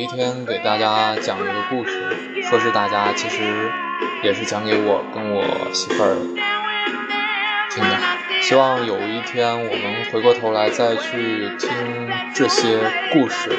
一天给大家讲一个故事，说是大家，其实也是讲给我跟我媳妇儿听的。希望有一天我们回过头来再去听这些故事，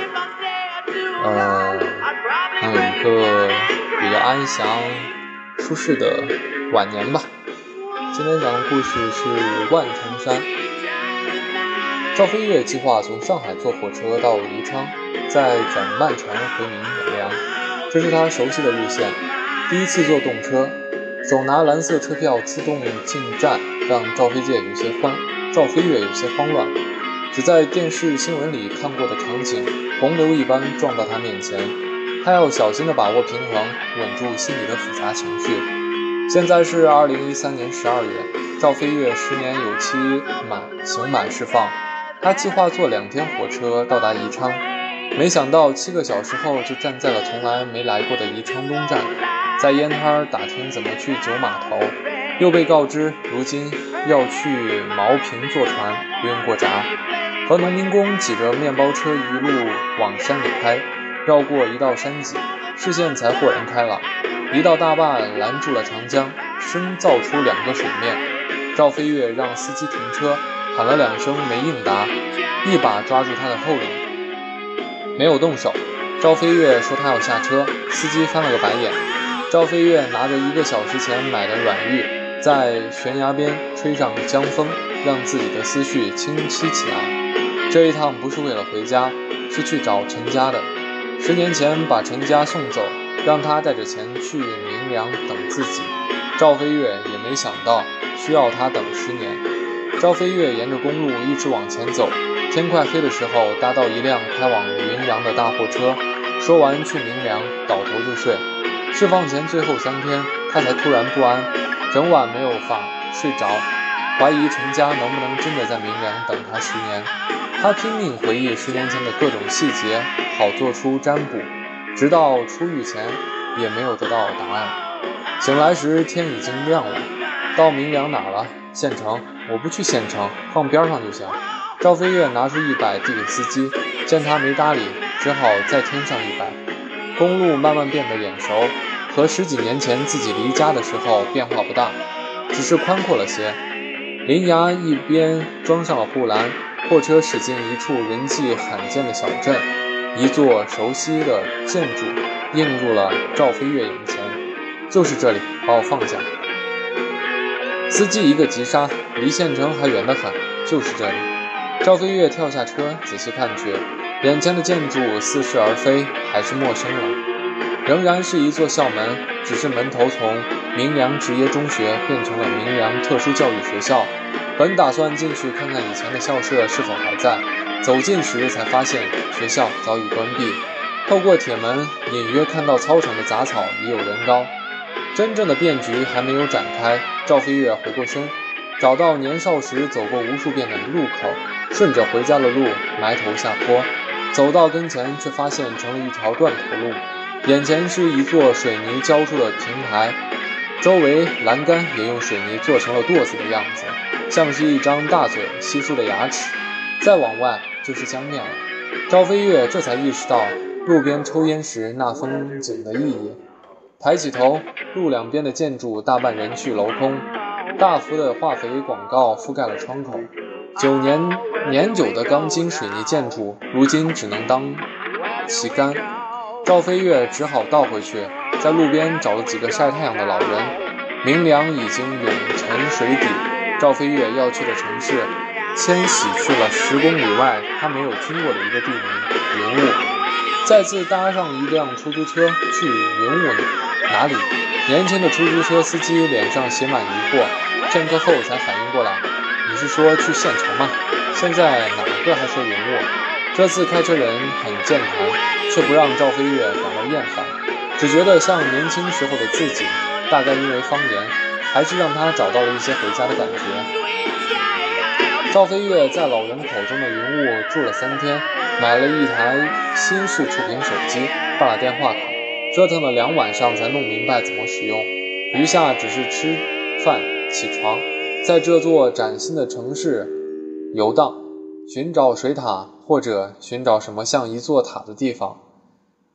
能有一个比较安详舒适的晚年吧。今天讲的故事是万重山。赵飞跃计划从上海坐火车到宜昌，再转慢船回明良，这是他熟悉的路线。第一次坐动车，手拿蓝色车票自动进站，让赵飞跃有些慌乱。只在电视新闻里看过的场景，洪流一般撞到他面前，他要小心地把握平衡，稳住心里的复杂情绪。现在是2013年12月，赵飞跃10年有期刑满释放。他计划坐2天火车到达宜昌，没想到7个小时后就站在了从来没来过的宜昌东站，在烟摊打听怎么去九码头，又被告知如今要去茅坪坐船，不用过闸。和农民工挤着面包车一路往山里开，绕过一道山脊，视线才豁然开朗。一道大坝拦住了长江，深造出2个水面。赵飞跃让司机停车，喊了2声没应答，一把抓住他的后领，没有动手。赵飞跃说他要下车，司机翻了个白眼。赵飞跃拿着1个小时前买的软玉，在悬崖边吹上江风，让自己的思绪清晰起来。这一趟不是为了回家，是去找陈家的。10年前把陈家送走，让他带着钱去明良等自己。赵飞跃也没想到需要他等10年。赵飞跃沿着公路一直往前走，天快黑的时候搭到一辆开往云阳的大货车，说完去明良，倒头就睡。释放前最后3天，他才突然不安，整晚没有法睡着，怀疑陈家能不能真的在明良等他10年。他拼命回忆10年前的各种细节，好做出占卜，直到出狱前也没有得到答案。醒来时天已经亮了。到明良哪儿了？县城。我不去县城，放边上就行。赵飞跃拿出100递给司机，见他没搭理，只好再添上100。公路慢慢变得眼熟，和10几年前自己离家的时候变化不大，只是宽阔了些。林崖一边装上了护栏，货车驶进一处人迹罕见的小镇，一座熟悉的建筑映入了赵飞跃眼前。就是这里，把我放下。司机一个急刹，离县城还远得很，就是这里。赵飞跃跳下车，仔细看去，眼前的建筑似是而非，还是陌生了。仍然是一座校门，只是门头从明良职业中学变成了明良特殊教育学校。本打算进去看看以前的校舍是否还在，走近时才发现学校早已关闭。透过铁门，隐约看到操场的杂草已有人高。真正的变局还没有展开，赵飞跃回过身，找到年少时走过无数遍的路口，顺着回家的路埋头下坡，走到跟前却发现成了一条断头路。眼前是一座水泥浇筑的平台，周围栏杆也用水泥做成了垛子的样子，像是一张大嘴稀疏的牙齿。再往外就是江面了。赵飞跃这才意识到路边抽烟时那风景的意义。抬起头，路两边的建筑大半人去楼空，大幅的化肥广告覆盖了窗口。年久的钢筋水泥建筑，如今只能当旗杆。赵飞跃只好倒回去，在路边找了几个晒太阳的老人。明良已经永沉水底，赵飞跃要去的城市迁徙去了10公里外他没有听过的一个地名——云雾。再次搭上一辆出租车去云雾哪里？年轻的出租车司机脸上写满疑惑，片刻后才反应过来，你是说去县城吗？现在哪个还说云雾？这次开车人很健谈，却不让赵飞跃感到厌烦，只觉得像年轻时候的自己，大概因为方言，还是让他找到了一些回家的感觉。赵飞跃在老人口中的云雾住了3天，买了一台新式触屏手机，办了电话卡，折腾了2晚上才弄明白怎么使用。余下只是吃饭起床，在这座崭新的城市游荡，寻找水塔或者寻找什么像一座塔的地方。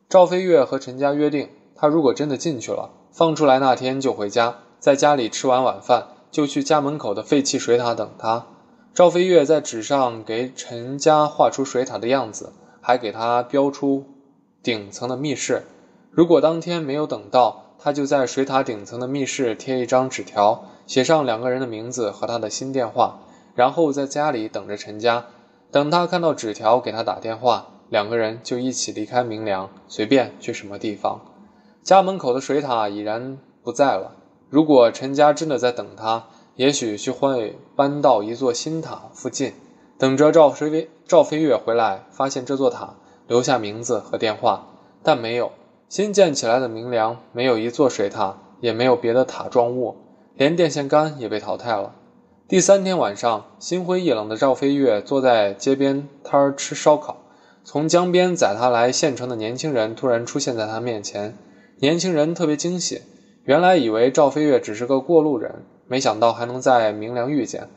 赵飞跃和陈家约定，他如果真的进去了，放出来那天就回家，在家里吃完晚饭就去家门口的废弃水塔等他。赵飞跃在纸上给陈家画出水塔的样子，还给他标出顶层的密室。如果当天没有等到，他就在水塔顶层的密室贴一张纸条，写上2个人的名字和他的新电话，然后在家里等着陈家。等他看到纸条给他打电话，2个人就一起离开明良，随便去什么地方。家门口的水塔已然不在了。如果陈家真的在等他，也许就会搬到一座新塔附近，等着赵飞跃回来，发现这座塔，留下名字和电话。但没有，新建起来的明良没有一座水塔，也没有别的塔状物，连电线杆也被淘汰了。第3天晚上，心灰意冷的赵飞跃坐在街边摊吃烧烤，从江边载他来县城的年轻人突然出现在他面前。年轻人特别惊喜，原来以为赵飞跃只是个过路人，没想到还能在明良遇见。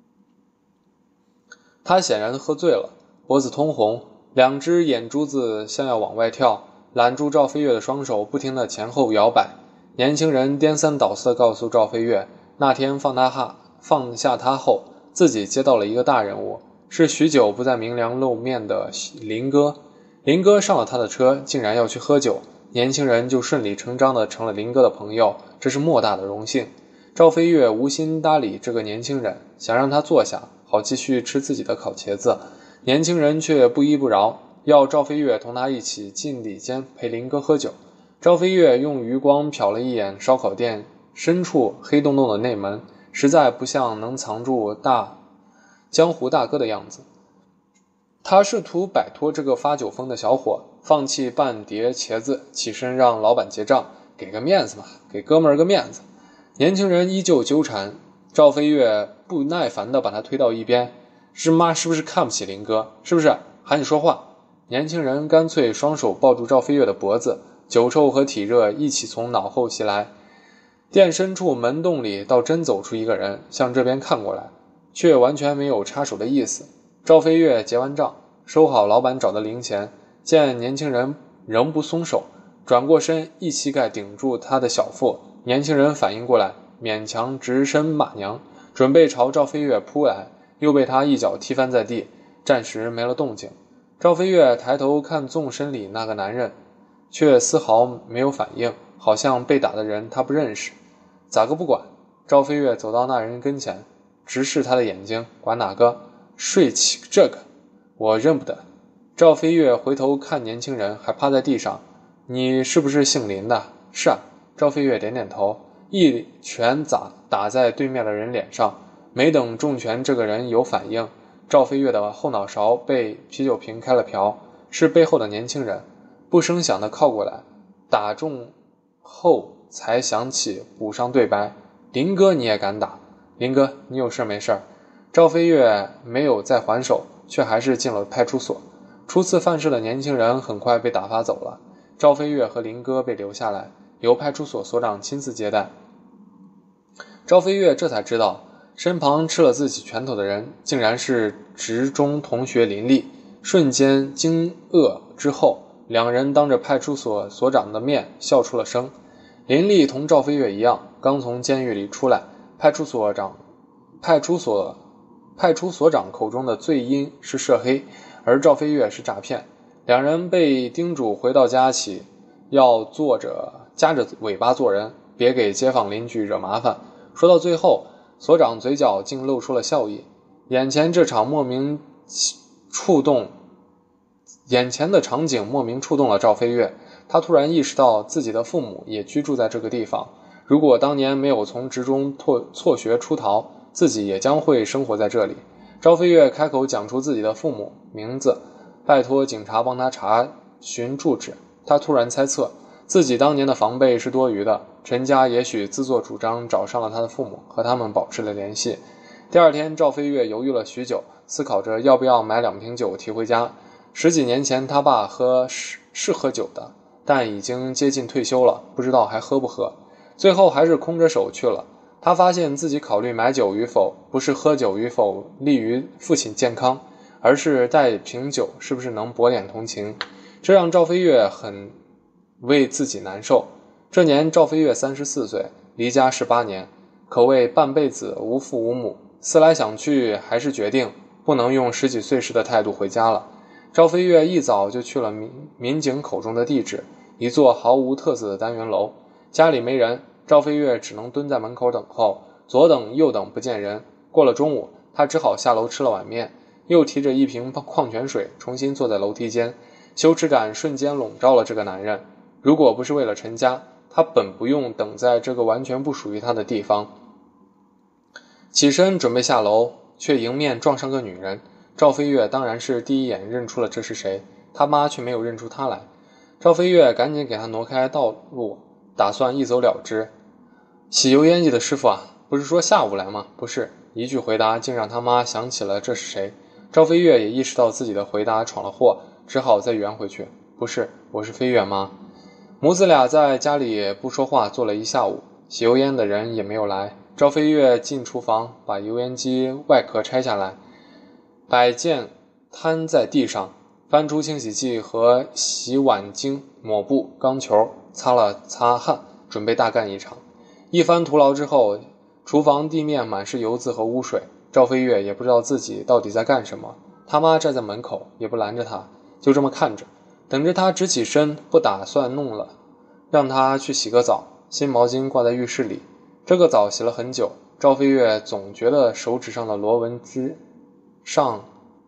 他显然喝醉了，脖子通红，2只眼珠子像要往外跳，揽住赵飞跃的双手不停地前后摇摆。年轻人颠三倒四地告诉赵飞跃，那天放下他后，自己接到了一个大人物，是许久不在明良露面的林哥。林哥上了他的车，竟然要去喝酒，年轻人就顺理成章地成了林哥的朋友，这是莫大的荣幸。赵飞跃无心搭理这个年轻人，想让他坐下，好继续吃自己的烤茄子。年轻人却不依不饶，要赵飞跃同他一起进里间陪林哥喝酒。赵飞跃用余光瞟了一眼烧烤店深处黑洞洞的内门，实在不像能藏住江湖大哥的样子。他试图摆脱这个发酒疯的小伙，放弃半碟茄子，起身让老板结账，给个面子嘛，给哥们儿个面子。年轻人依旧纠缠，赵飞跃不耐烦地把他推到一边，是不是看不起林哥？是不是？喊你说话！年轻人干脆双手抱住赵飞跃的脖子，酒臭和体热一起从脑后袭来。店深处门洞里倒真走出一个人，向这边看过来，却完全没有插手的意思。赵飞跃结完账，收好老板找的零钱，见年轻人仍不松手，转过身一膝盖顶住他的小腹。年轻人反应过来，勉强直身骂娘，准备朝赵飞跃扑来，又被他一脚踢翻在地，暂时没了动静。赵飞跃抬头看纵身里那个男人，却丝毫没有反应，好像被打的人他不认识。咋个不管？赵飞跃走到那人跟前，直视他的眼睛，管哪个？睡起这个，我认不得。赵飞跃回头看年轻人，还趴在地上。你是不是姓林的？是啊。赵飞跃点点头，一拳打在对面的人脸上。没等重拳这个人有反应，赵飞跃的后脑勺被啤酒瓶开了瓢，是背后的年轻人，不声响地靠过来，打中后才想起补上对白：林哥你也敢打？林哥你有事没事？赵飞跃没有再还手，却还是进了派出所。初次犯事的年轻人很快被打发走了，赵飞跃和林哥被留下来，由派出所所长亲自接待。赵飞跃这才知道，身旁吃了自己拳头的人竟然是职中同学林立。瞬间惊愕之后，2人当着派出所所长的面笑出了声。林立同赵飞跃一样，刚从监狱里出来，派出所长口中的罪因是涉黑，而赵飞跃是诈骗。2人被叮嘱回到家起要夹着尾巴做人，别给街坊邻居惹麻烦。说到最后，所长嘴角竟露出了笑意。眼前的场景莫名触动了赵飞跃，他突然意识到自己的父母也居住在这个地方。如果当年没有从职中辍学出逃，自己也将会生活在这里。赵飞跃开口讲出自己的父母名字，拜托警察帮他查询住址。他突然猜测，自己当年的防备是多余的，陈家也许自作主张找上了他的父母，和他们保持了联系。第2天，赵飞跃犹豫了许久，思考着要不要买2瓶酒提回家。10几年前他爸是喝酒的，但已经接近退休了，不知道还喝不喝。最后还是空着手去了。他发现自己考虑买酒与否，不是喝酒与否利于父亲健康，而是带瓶酒是不是能博点同情。 这让赵飞跃很为自己难受。这年赵飞跃34岁，离家18年，可谓半辈子无父无母。思来想去，还是决定不能用10几岁时的态度回家了。赵飞跃一早就去了民警口中的地址，一座毫无特色的单元楼。家里没人，赵飞跃只能蹲在门口等候，左等右等不见人。过了中午，他只好下楼吃了碗面，又提着一瓶矿泉水重新坐在楼梯间。羞耻感瞬间笼罩了这个男人。如果不是为了陈家，他本不用等在这个完全不属于他的地方。起身准备下楼，却迎面撞上个女人。赵飞跃当然是第一眼认出了这是谁，他妈却没有认出他来。赵飞跃赶紧给他挪开道路，打算一走了之。洗油烟机的师傅啊，不是说下午来吗？不是。一句回答竟让他妈想起了这是谁。赵飞跃也意识到自己的回答闯了祸，只好再圆回去。不是，我是飞跃妈。母子俩在家里不说话坐了一下午，洗油烟的人也没有来。赵飞跃进厨房，把油烟机外壳拆下来，摆件摊在地上，翻出清洗剂和洗碗巾、抹布、钢球，擦了擦汗，准备大干一场。一番徒劳之后，厨房地面满是油渍和污水，赵飞跃也不知道自己到底在干什么。他妈站在门口，也不拦着他，就这么看着，等着他直起身，不打算弄了，让他去洗个澡。新毛巾挂在浴室里，这个澡洗了很久，赵飞跃总觉得手指上的螺纹之上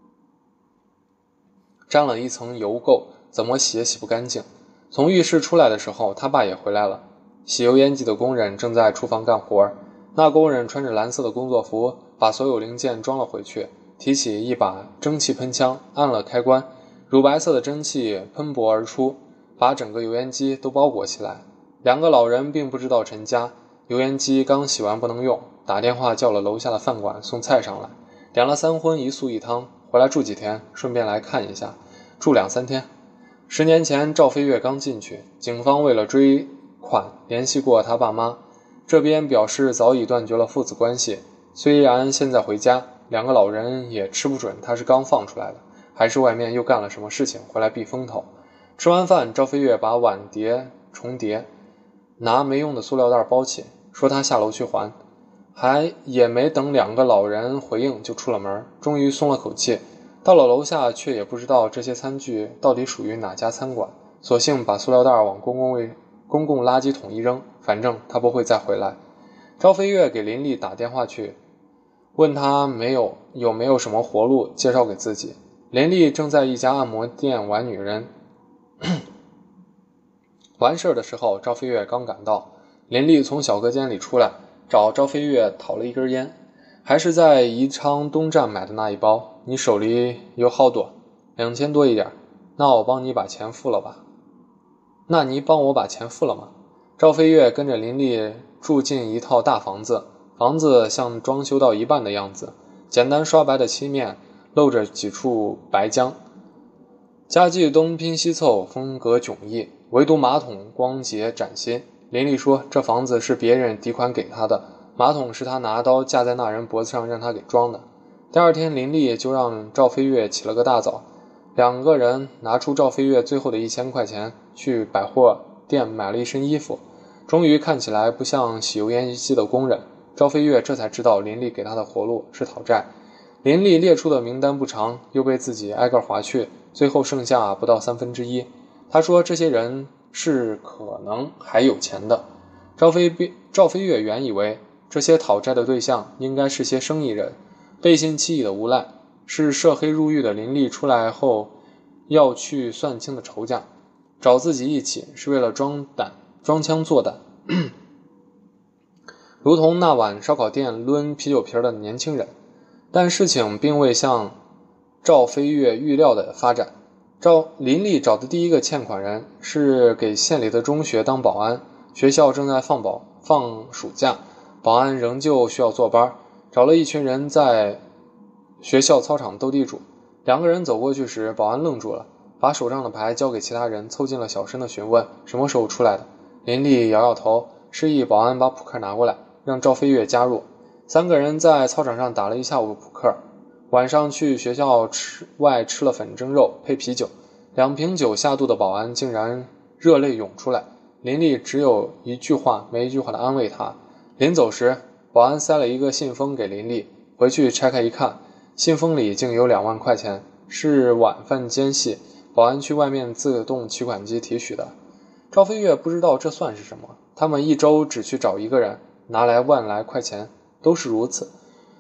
沾了一层油垢，怎么洗也洗不干净。从浴室出来的时候，他爸也回来了。洗油烟机的工人正在厨房干活，那工人穿着蓝色的工作服，把所有零件装了回去，提起一把蒸汽喷枪，按了开关，乳白色的蒸汽喷薄而出，把整个油烟机都包裹起来。两个老人并不知道陈家，油烟机刚洗完不能用，打电话叫了楼下的饭馆送菜上来，点了3荤1素1汤，回来住几天，顺便来看一下，住2、3天。10年前赵飞跃刚进去，警方为了追款联系过他爸妈，这边表示早已断绝了父子关系。虽然现在回家，两个老人也吃不准他是刚放出来的，还是外面又干了什么事情回来避风头。吃完饭，赵飞跃把碗碟重叠，拿没用的塑料袋包起，说他下楼去还。也没等两个老人回应就出了门，终于松了口气。到了楼下，却也不知道这些餐具到底属于哪家餐馆，索性把塑料袋往公共垃圾桶一扔，反正他不会再回来。赵飞跃给林丽打电话去，问他有没有什么活路介绍给自己。林丽正在一家按摩店玩女人。完事的时候，赵飞跃刚赶到，林丽从小隔间里出来，找赵飞跃讨了一根烟，还是在宜昌东站买的那一包。你手里有好多，2000多一点，那我帮你把钱付了吧。那你帮我把钱付了吗？赵飞跃跟着林丽住进一套大房子，房子像装修到一半的样子，简单刷白的漆面，露着几处白浆，家具东拼西凑，风格迥异，唯独马桶光洁崭新。林丽说这房子是别人抵款给他的，马桶是他拿刀架在那人脖子上让他给装的。第二天，林丽就让赵飞跃起了个大早，两个人拿出赵飞跃最后的1000块钱，去百货店买了一身衣服，终于看起来不像洗油烟机的工人。赵飞跃这才知道林丽给他的活路是讨债。林丽列出的名单不长，又被自己挨个划去，最后剩下不到1/3。他说这些人是可能还有钱的。赵飞跃原以为这些讨债的对象应该是些生意人，背信弃义的无赖，是涉黑入狱的林丽出来后要去算清的仇家，找自己一起是为了装腔作胆如同那晚烧烤店抡啤酒瓶的年轻人。但事情并未向赵飞跃预料的发展。林丽找的第一个欠款人是给县里的中学当保安，学校正在放暑假，保安仍旧需要坐班，找了一群人在学校操场斗地主。两个人走过去时，保安愣住了，把手上的牌交给其他人，凑近了小声的询问什么时候出来的。林丽摇摇头，示意保安把扑克拿过来，让赵飞跃加入。3个人在操场上打了一下午扑克，晚上去学校外吃了粉蒸肉配啤酒。 2瓶酒下肚的保安竟然热泪涌出来。林立只有一句话没一句话地安慰他。临走时，保安塞了一个信封给林立，回去拆开一看，信封里竟有2万块钱，是晚饭间隙保安去外面自动取款机提取的。赵飞跃不知道这算是什么，他们一周只去找一个人，拿来1万来块钱，都是如此。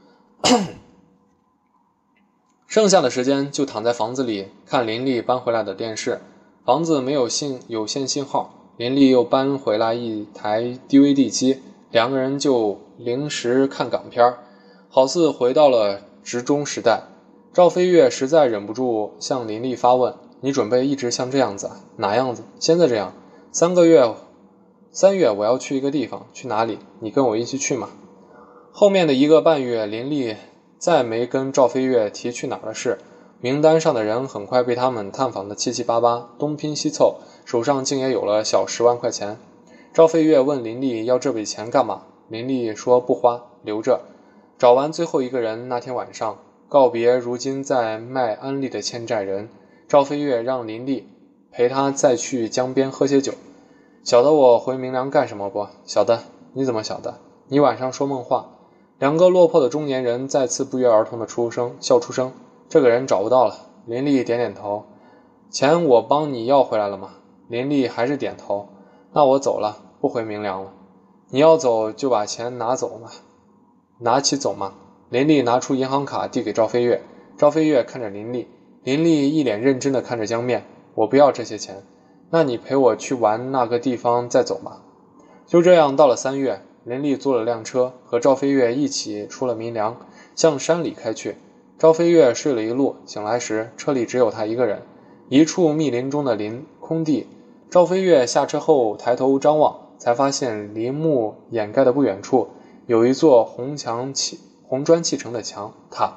剩下的时间就躺在房子里看林立搬回来的电视。房子没有有线信号，林立又搬回来一台 DVD 机，2个人就临时看港片，好似回到了职中时代。赵飞跃实在忍不住向林立发问：你准备一直像这样子啊？哪样子？现在这样。3月我要去一个地方，去哪里？你跟我一起去吗？后面的1个半月，林立再没跟赵飞跃提去哪儿的事。名单上的人很快被他们探访的七七八八，东拼西凑，手上竟也有了小10万块钱。赵飞跃问林立要这笔钱干嘛，林立说不花，留着。找完最后一个人，那天晚上告别如今在卖安利的欠债人，赵飞跃让林立陪他再去江边喝些酒。晓得我回明良干什么不？晓得。你怎么晓得？你晚上说梦话。2个落魄的中年人再次不约而同的笑出声。这个人找不到了。林立点点头。钱我帮你要回来了吗？林立还是点头。那我走了，不回明良了。你要走就把钱拿起走嘛。林立拿出银行卡递给赵飞跃。赵飞跃看着林立，林立一脸认真地看着江面。我不要这些钱，那你陪我去玩那个地方再走吧。就这样到了3月，林立坐了辆车，和赵飞跃一起出了明良，向山里开去。赵飞跃睡了一路，醒来时车里只有他一个人。一处密林中的空地，赵飞跃下车后抬头张望，才发现林木掩盖的不远处有一座红砖砌成的塔。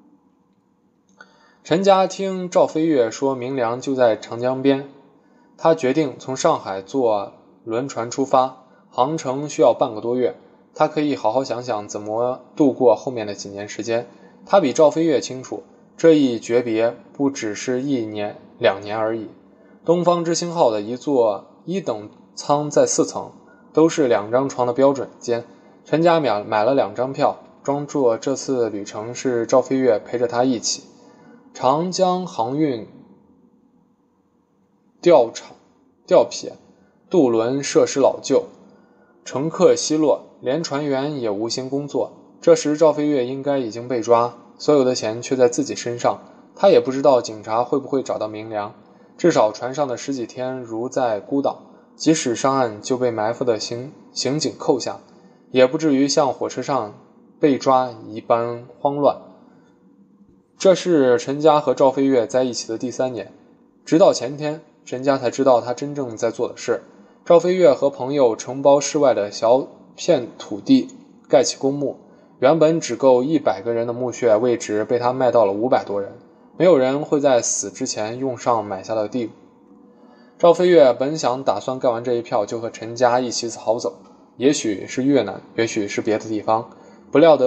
陈家听赵飞跃说明良就在长江边，他决定从上海坐轮船出发，航程需要半个多月，他可以好好想想怎么度过后面的几年时间。他比赵飞跃清楚，这一诀别不只是1年2年而已。东方之星号的一座1等舱在4层，都是2张床的标准间。陈家买了2张票，装作这次旅程是赵飞跃陪着他一起。长江航运吊撇，渡轮设施老旧，乘客稀落，连船员也无心工作。这时赵飞跃应该已经被抓，所有的钱却在自己身上，他也不知道警察会不会找到明良。至少船上的10几天如在孤岛，即使上岸就被埋伏的刑警扣下，也不至于像火车上被抓一般慌乱。这是陈家和赵飞跃在一起的第3年，直到前天，陈家才知道他真正在做的事。赵飞跃和朋友承包市外的小片土地，盖起公墓，原本只够100个人的墓穴位置被他卖到了500多人，没有人会在死之前用上买下的地。赵飞跃本想打算干完这一票就和陈家一起逃走，也许是越南，也许是别的地方，不料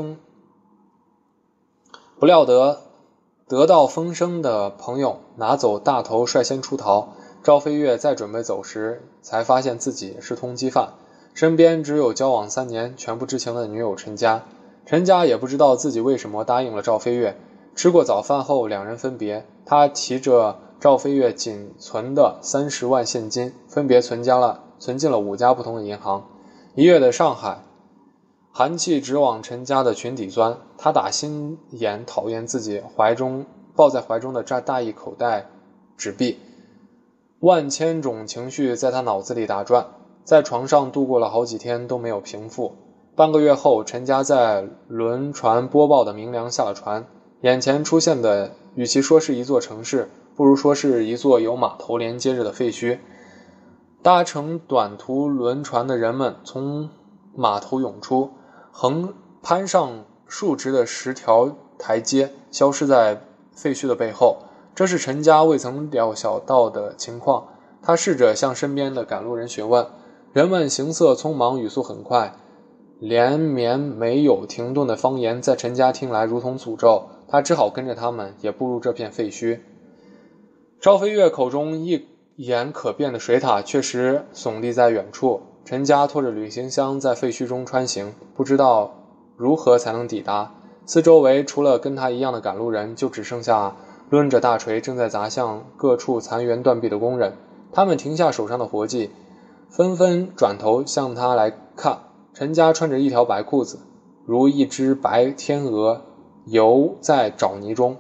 得到风声的朋友拿走大头率先出逃。赵飞跃在准备走时才发现自己是通缉犯，身边只有交往3年全不知情的女友陈家。陈家也不知道自己为什么答应了赵飞跃。吃过早饭后2人分别，他提着赵飞跃仅存的30万现金分别存进了5家不同的银行。1月的上海，寒气直往陈家的裙底钻，他打心眼讨厌自己抱在怀中的这大一口袋纸币。万千种情绪在他脑子里打转，在床上度过了好几天都没有平复。半个月后，陈家在轮船播报的明良下了船，眼前出现的与其说是一座城市，不如说是一座由码头连接着的废墟。搭乘短途轮船的人们从码头涌出，横攀上竖直的10条台阶，消失在废墟的背后。这是陈家未曾料想到的情况，他试着向身边的赶路人询问，人们行色匆忙，语速很快，连绵没有停顿的方言在陈家听来如同诅咒，他只好跟着他们也步入这片废墟。 赵飞跃口中一眼可辨的水塔确实耸立在远处，陈家拖着旅行箱在废墟中穿行，不知道如何才能抵达。四周围除了跟他一样的赶路人，就只剩下抡着大锤正在砸向各处残垣断壁的工人。他们停下手上的活计，纷纷转头向他来看。陈家穿着一条白裤子，如一只白天鹅游在沼泥中。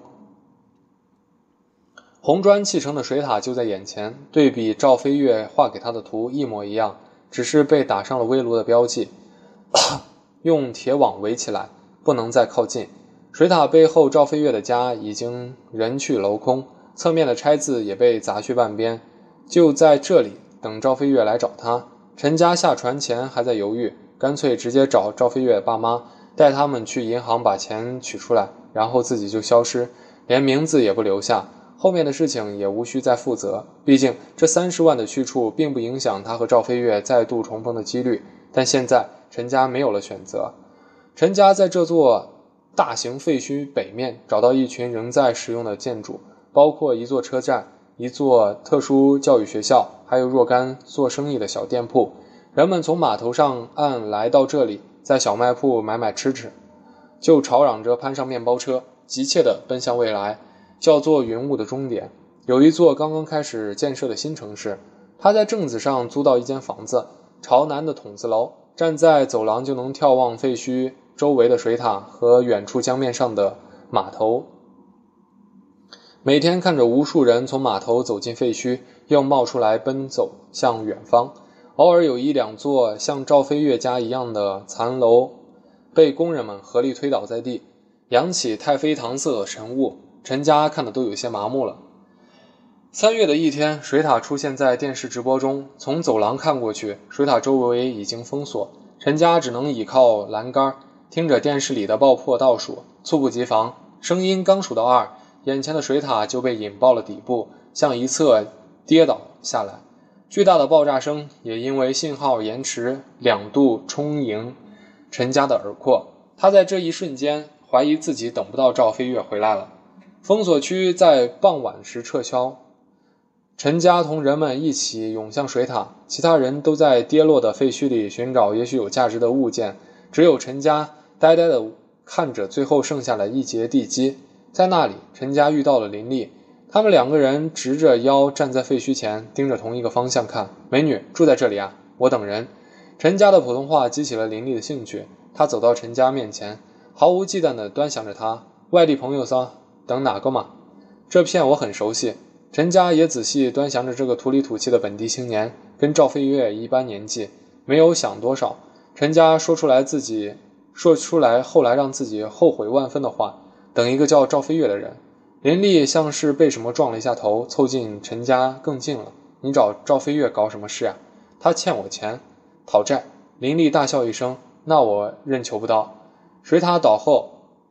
红砖砌成的水塔就在眼前，对比赵飞跃画给他的图一模一样，只是被打上了危炉的标记，用铁网围起来，不能再靠近。水塔背后赵飞跃的家已经人去楼空，侧面的拆字也被砸去半边，就在这里等赵飞跃来找他。陈家下船前还在犹豫，干脆直接找赵飞跃爸妈，带他们去银行把钱取出来，然后自己就消失，连名字也不留下。后面的事情也无需再负责，毕竟这30万的去处并不影响他和赵飞跃再度重逢的几率。但现在陈家没有了选择。陈家在这座大型废墟北面找到一群仍在使用的建筑，包括一座车站、一座特殊教育学校，还有若干做生意的小店铺。人们从码头上岸来到这里，在小卖铺买吃，就吵嚷着攀上面包车，急切地奔向未来，叫做云雾的终点。有一座刚刚开始建设的新城市，他在镇子上租到一间房子，朝南的筒子楼，站在走廊就能眺望废墟周围的水塔和远处江面上的码头。每天看着无数人从码头走进废墟，又冒出来奔走向远方。偶尔有一两座像赵飞跃家一样的残楼被工人们合力推倒在地，扬起太妃糖色晨雾。陈家看的都有些麻木了。3月的一天，水塔出现在电视直播中，从走廊看过去，水塔周围已经封锁，陈家只能倚靠栏杆，听着电视里的爆破倒数，猝不及防，声音刚数到2，眼前的水塔就被引爆了底部，向一侧跌倒下来。巨大的爆炸声也因为信号延迟2度冲迎陈家的耳廓。他在这一瞬间怀疑自己等不到赵飞跃回来了。封锁区在傍晚时撤销，陈家同人们一起涌向水塔，其他人都在跌落的废墟里寻找也许有价值的物件，只有陈家呆呆地看着最后剩下的一截地基。在那里，陈家遇到了林丽，他们2个人直着腰站在废墟前，盯着同一个方向看。美女，住在这里啊，我等人。陈家的普通话激起了林丽的兴趣，他走到陈家面前，毫无忌惮地端详着他。外地朋友桑，等哪个嘛？这片我很熟悉。陈家也仔细端详着这个土里土气的本地青年，跟赵飞跃一般年纪，没有想多少。陈家说出来后来让自己后悔万分的话，等一个叫赵飞跃的人。林丽像是被什么撞了一下头，凑近陈家更近了。你找赵飞跃搞什么事啊？他欠我钱，讨债。林丽大笑一声，那我认求不到。水塔倒后，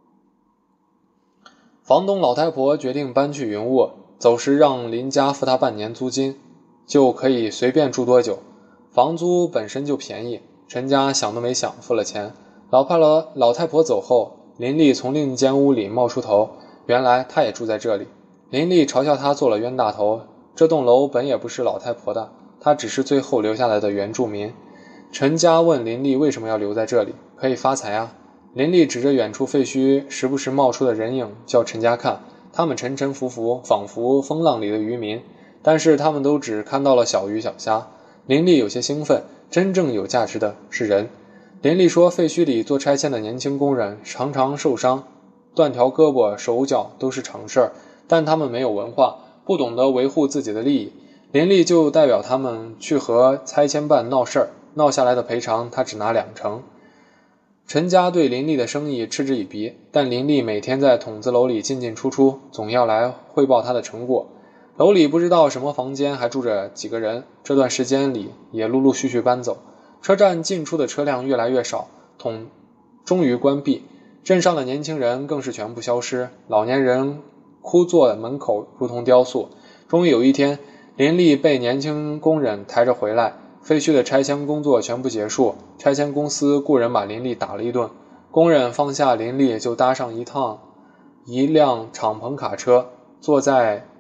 房东老太婆决定搬去云雾，走时让林家付他半年租金，就可以随便住多久。房租本身就便宜，陈家想都没想付了钱。老太婆走后，林丽从另一间屋里冒出头，原来她也住在这里。林丽嘲笑她做了冤大头，这栋楼本也不是老太婆的，她只是最后留下来的原住民。陈家问林丽为什么要留在这里，可以发财啊。林丽指着远处废墟时不时冒出的人影叫陈家看，他们沉沉浮浮，仿佛风浪里的渔民，但是他们都只看到了小鱼小虾。林丽有些兴奋，真正有价值的是人。林丽说，废墟里做拆迁的年轻工人常常受伤，断条胳膊手脚都是常事儿，但他们没有文化，不懂得维护自己的利益。林丽就代表他们去和拆迁办闹事儿，闹下来的赔偿他只拿20%。陈家对林丽的生意嗤之以鼻，但林丽每天在筒子楼里进进出出，总要来汇报她的成果。楼里不知道什么房间还住着几个人，这段时间里也陆陆续续搬走。车站进出的车辆越来越少，筒终于关闭，镇上的年轻人更是全部消失，老年人枯坐门口如同雕塑。终于有一天，林丽被年轻工人抬着回来，废墟的拆迁工作全部结束，拆迁公司雇人把林丽打了一顿。工人放下林丽就搭上一辆敞篷卡车，坐在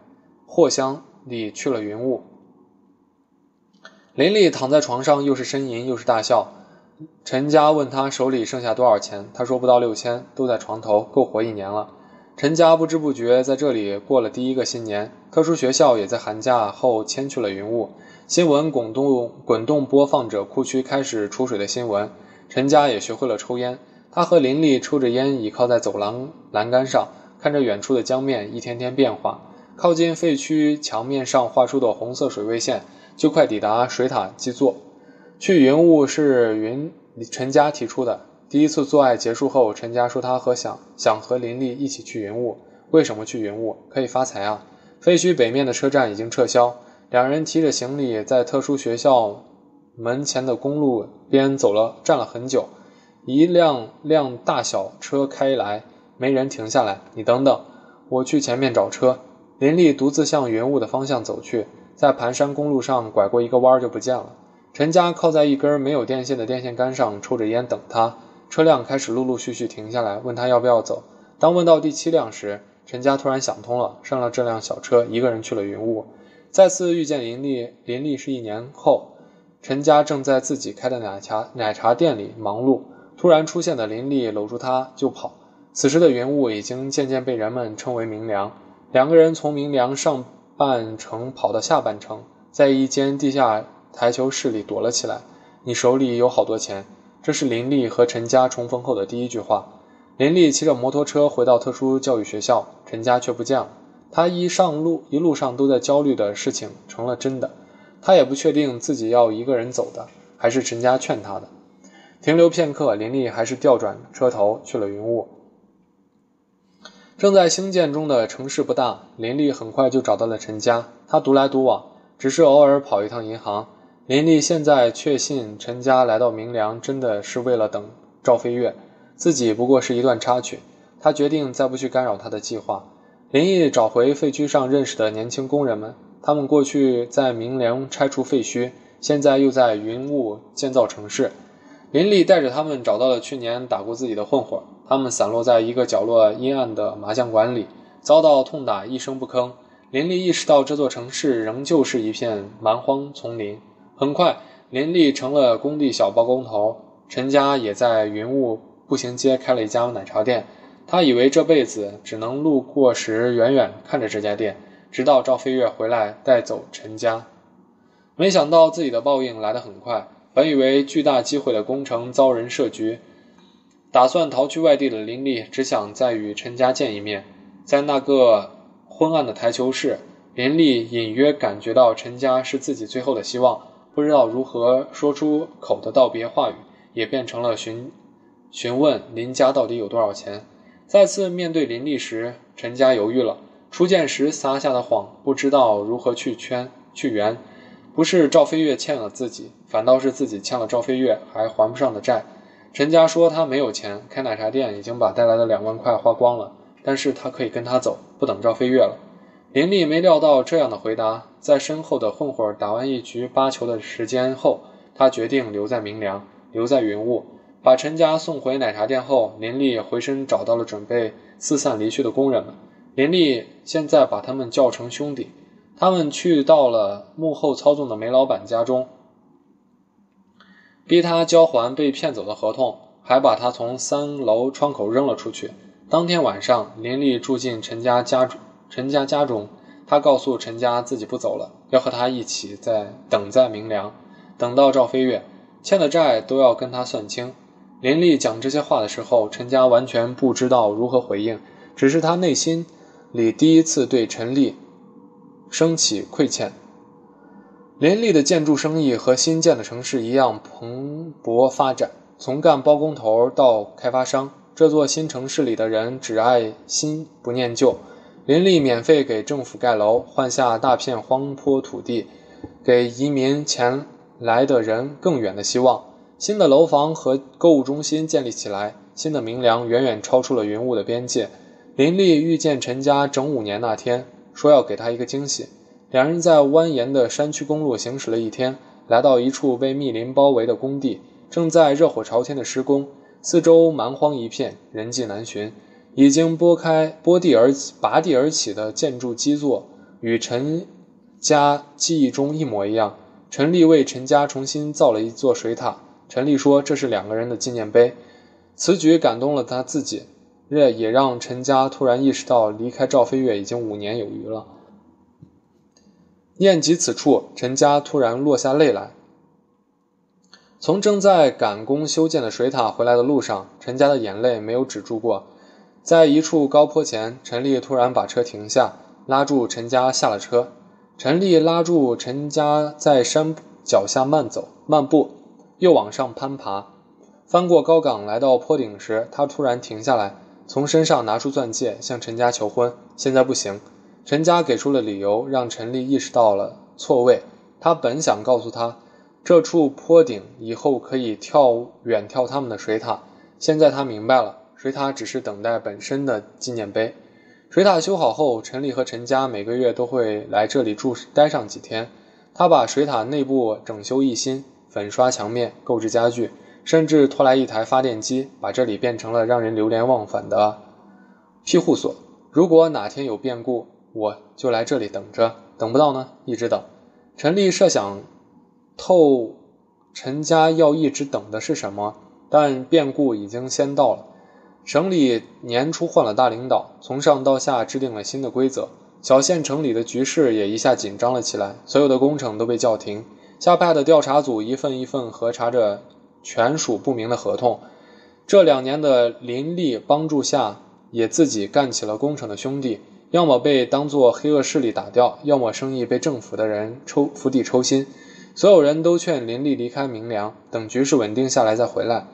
货箱里去了云雾。林丽躺在床上，又是呻吟又是大笑。陈家问他手里剩下多少钱，他说不到6000，都在床头，够活1年了。陈家不知不觉在这里过了第一个新年，特殊学校也在寒假后迁去了云雾。新闻滚动播放着库区开始出水的新闻。陈家也学会了抽烟，他和林丽抽着烟，倚靠在走廊栏杆上，看着远处的江面一天天变化。靠近废墟墙面上画出的红色水位线，就快抵达水塔基座。去云雾是陈家提出的。第一次做爱结束后，陈家说他想和林丽一起去云雾。为什么去云雾？可以发财啊！废墟北面的车站已经撤销，两人提着行李在特殊学校门前的公路边站了很久。一辆大小车开来，没人停下来。你等等，我去前面找车。林丽独自向云雾的方向走去，在盘山公路上拐过一个弯就不见了。陈家靠在一根没有电线的电线杆上抽着烟等他。车辆开始陆陆续续停下来，问他要不要走。当问到第7辆时，陈家突然想通了，上了这辆小车，一个人去了云雾。再次遇见林丽是1年后，陈家正在自己开的奶茶店里忙碌，突然出现的林丽搂住他就跑。此时的云雾已经渐渐被人们称为明良。两个人从明良上半程跑到下半程，在一间地下台球室里躲了起来。你手里有好多钱。这是林丽和陈家重逢后的第一句话。林丽骑着摩托车回到特殊教育学校，陈家却不见了。他一路上都在焦虑的事情成了真的。他也不确定自己要一个人走的，还是陈家劝他的。停留片刻，林丽还是调转车头去了云雾。正在兴建中的城市不大，林丽很快就找到了陈家。他独来独往，只是偶尔跑一趟银行。林丽现在确信陈家来到明良真的是为了等赵飞跃，自己不过是一段插曲。他决定再不去干扰他的计划。林丽找回废墟上认识的年轻工人们，他们过去在明良拆除废墟，现在又在云雾建造城市。林丽带着他们找到了去年打过自己的混混，他们散落在一个角落阴暗的麻将馆里，遭到痛打一声不吭。林丽意识到这座城市仍旧是一片蛮荒丛林。很快，林丽成了工地小包工头，陈家也在云雾步行街开了一家奶茶店。他以为这辈子只能路过时远远看着这家店，直到赵飞跃回来带走陈家。没想到自己的报应来得很快，本以为巨大机会的工程遭人设局，打算逃去外地的林丽只想再与陈家见一面。在那个昏暗的台球室，林丽隐约感觉到陈家是自己最后的希望，不知道如何说出口的道别话语也变成了询问林家到底有多少钱。再次面对林丽时，陈家犹豫了。初见时撒下的谎不知道如何去圆，不是赵飞跃欠了自己，反倒是自己欠了赵飞跃还还不上的债。陈家说他没有钱，开奶茶店已经把带来的2万块花光了，但是他可以跟他走，不等赵飞跃了。林丽没料到这样的回答，在身后的混混打完一局8球的时间后，他决定留在明良，留在云雾。把陈家送回奶茶店后，林丽回身找到了准备四散离去的工人们。林丽现在把他们叫成兄弟。他们去到了幕后操纵的煤老板家中，逼他交还被骗走的合同，还把他从3楼窗口扔了出去。当天晚上，林丽住进陈家家中，他告诉陈家自己不走了，要和他一起等在明良，等到赵飞跃，欠的债都要跟他算清。林丽讲这些话的时候，陈家完全不知道如何回应，只是他内心里第一次对陈丽升起亏欠。林丽的建筑生意和新建的城市一样蓬勃发展，从干包工头到开发商，这座新城市里的人只爱新不念旧。林丽免费给政府盖楼，换下大片荒坡土地，给移民前来的人更远的希望。新的楼房和购物中心建立起来，新的明良远远超出了云雾的边界。林丽遇见陈家整5年那天，说要给他一个惊喜。两人在蜿蜒的山区公路行驶了一天，来到一处被密林包围的工地，正在热火朝天的施工，四周蛮荒一片，人迹难寻。已经拔地而起的建筑基座与陈家记忆中一模一样。陈丽为陈家重新造了一座水塔，陈丽说这是2个人的纪念碑。此举感动了他自己，也让陈家突然意识到离开赵飞跃已经5年有余了。念及此处，陈家突然落下泪来。从正在赶工修建的水塔回来的路上，陈家的眼泪没有止住过。在一处高坡前，陈丽突然把车停下，拉住陈家下了车。陈丽拉住陈家在山脚下漫步，又往上攀爬。翻过高岗来到坡顶时，他突然停下来，从身上拿出钻戒向陈家求婚。现在不行。陈家给出了理由，让陈丽意识到了错位。他本想告诉他，这处坡顶以后可以远眺他们的水塔，现在他明白了，水塔只是等待本身的纪念碑。水塔修好后，陈丽和陈家每个月都会来这里待上几天。他把水塔内部整修一新，粉刷墙面，购置家具，甚至拖来一台发电机，把这里变成了让人流连忘返的庇护所。如果哪天有变故，我就来这里等着，等不到呢，一直等。陈丽设想透陈家要一直等的是什么，但变故已经先到了。省里年初换了大领导，从上到下制定了新的规则，小县城里的局势也一下紧张了起来，所有的工程都被叫停。下派的调查组一份一份核查着权属不明的合同。这2年的林立帮助下，也自己干起了工程的兄弟，要么被当作黑恶势力打掉，要么生意被政府的人釜底抽薪。所有人都劝林立离开明良，等局势稳定下来再回来。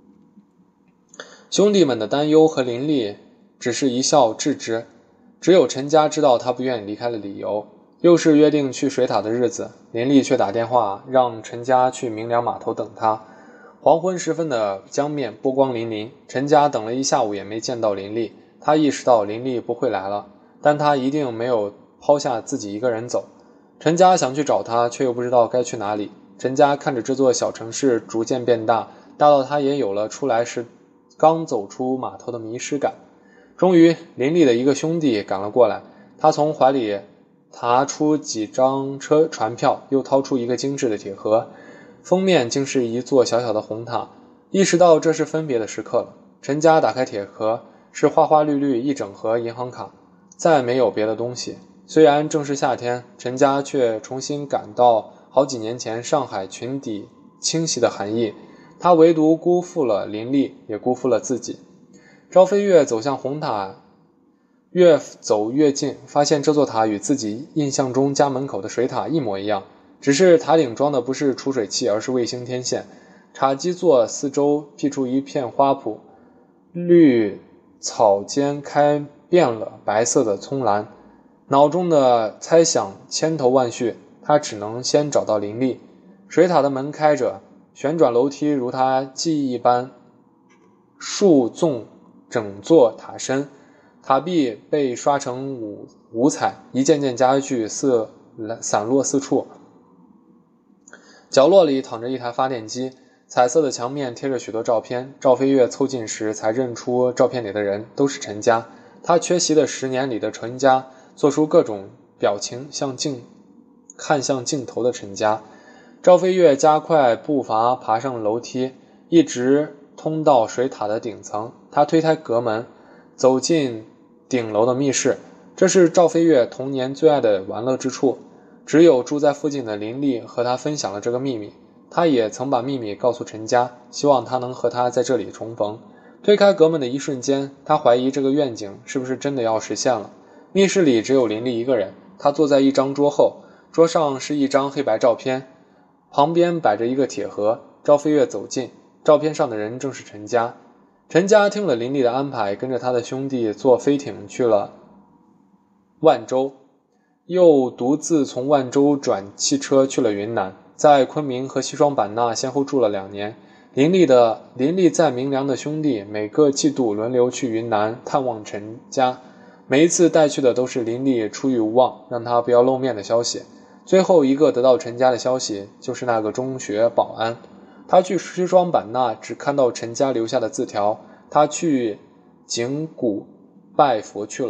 兄弟们的担忧和林立只是一笑置之，只有陈家知道他不愿意离开的理由。又是约定去水塔的日子，林立却打电话让陈家去明良码头等他。黄昏时分的江面波光粼粼，陈家等了一下午也没见到林立。他意识到林立不会来了，但他一定没有抛下自己一个人走。陈家想去找他，却又不知道该去哪里。陈家看着这座小城市逐渐变大，大到他也有了出来时刚走出码头的迷失感。终于，林立的一个兄弟赶了过来，他从怀里拿出几张船票，又掏出一个精致的铁盒，封面竟是一座小小的红塔。意识到这是分别的时刻了，陈家打开铁盒，是花花绿绿一整盒银行卡，再没有别的东西。虽然正是夏天，陈家却重新感到好几年前上海裙底清晰的寒意。他唯独辜负了林立，也辜负了自己。赵飞跃走向红塔，越走越近，发现这座塔与自己印象中家门口的水塔一模一样，只是塔顶装的不是储水器，而是卫星天线。塔基座四周辟出一片花圃，绿草间开遍了白色的葱兰。脑中的猜想千头万绪，他只能先找到林立。水塔的门开着，旋转楼梯如他记忆一般竖纵整座塔身，塔壁被刷成五彩，一件件家具散落四处。角落里躺着一台发电机，彩色的墙面贴着许多照片。赵飞跃凑近时才认出照片里的人都是陈家，他缺席的10年里的陈家，做出各种表情看向镜头的陈家。赵飞跃加快步伐爬上楼梯，一直通到水塔的顶层。他推开阁门，走进顶楼的密室。这是赵飞跃童年最爱的玩乐之处，只有住在附近的林立和他分享了这个秘密。他也曾把秘密告诉陈家，希望他能和他在这里重逢。推开阁门的一瞬间，他怀疑这个愿景是不是真的要实现了。密室里只有林立一个人，他坐在一张桌后，桌上是一张黑白照片，旁边摆着一个铁盒。赵飞跃走近，照片上的人正是陈家。陈家听了林立的安排，跟着他的兄弟坐飞艇去了万州，又独自从万州转汽车去了云南，在昆明和西双版纳先后住了2年。林立在明良的兄弟每个季度轮流去云南探望陈家，每一次带去的都是林立出于无望，让他不要露面的消息。最后一个得到陈家的消息，就是那个中学保安。他去西双版纳只看到陈家留下的字条，他去景谷拜佛去了。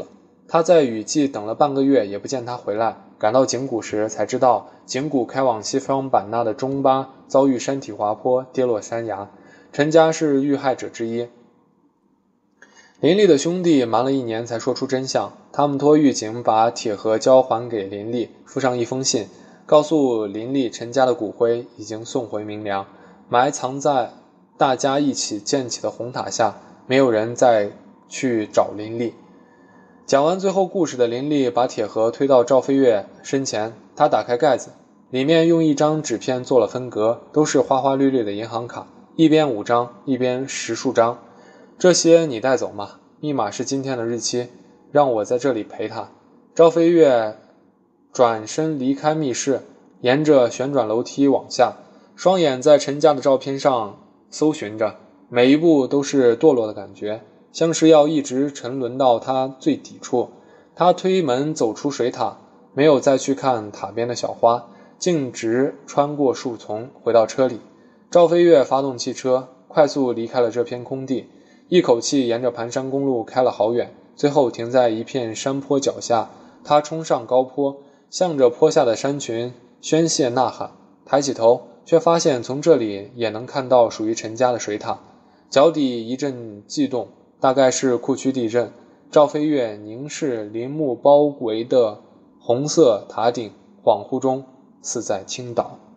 他在雨季等了半个月也不见他回来，赶到井谷时才知道井谷开往西双版纳的中巴遭遇山体滑坡，跌落山崖，陈家是遇害者之一。林立的兄弟瞒了1年才说出真相，他们托狱警把铁盒交还给林立，附上一封信，告诉林立陈家的骨灰已经送回明良，埋藏在大家一起建起的红塔下，没有人再去找林立。讲完最后故事的林立把铁盒推到赵飞跃身前，他打开盖子，里面用一张纸片做了分隔，都是花花绿绿的银行卡，一边5张，一边10数张。这些你带走嘛，密码是今天的日期，让我在这里陪他。赵飞跃转身离开密室，沿着旋转楼梯往下，双眼在陈家的照片上搜寻着，每一步都是堕落的感觉，像是要一直沉沦到他最底处。他推门走出水塔，没有再去看塔边的小花，径直穿过树丛回到车里。赵飞跃发动汽车，快速离开了这片空地，一口气沿着盘山公路开了好远，最后停在一片山坡脚下。他冲上高坡，向着坡下的山群宣泄呐喊，抬起头却发现从这里也能看到属于陈家的水塔。脚底一阵悸动，大概是库区地震。赵飞跃凝视林木包围的红色塔顶，恍惚中似在倾倒。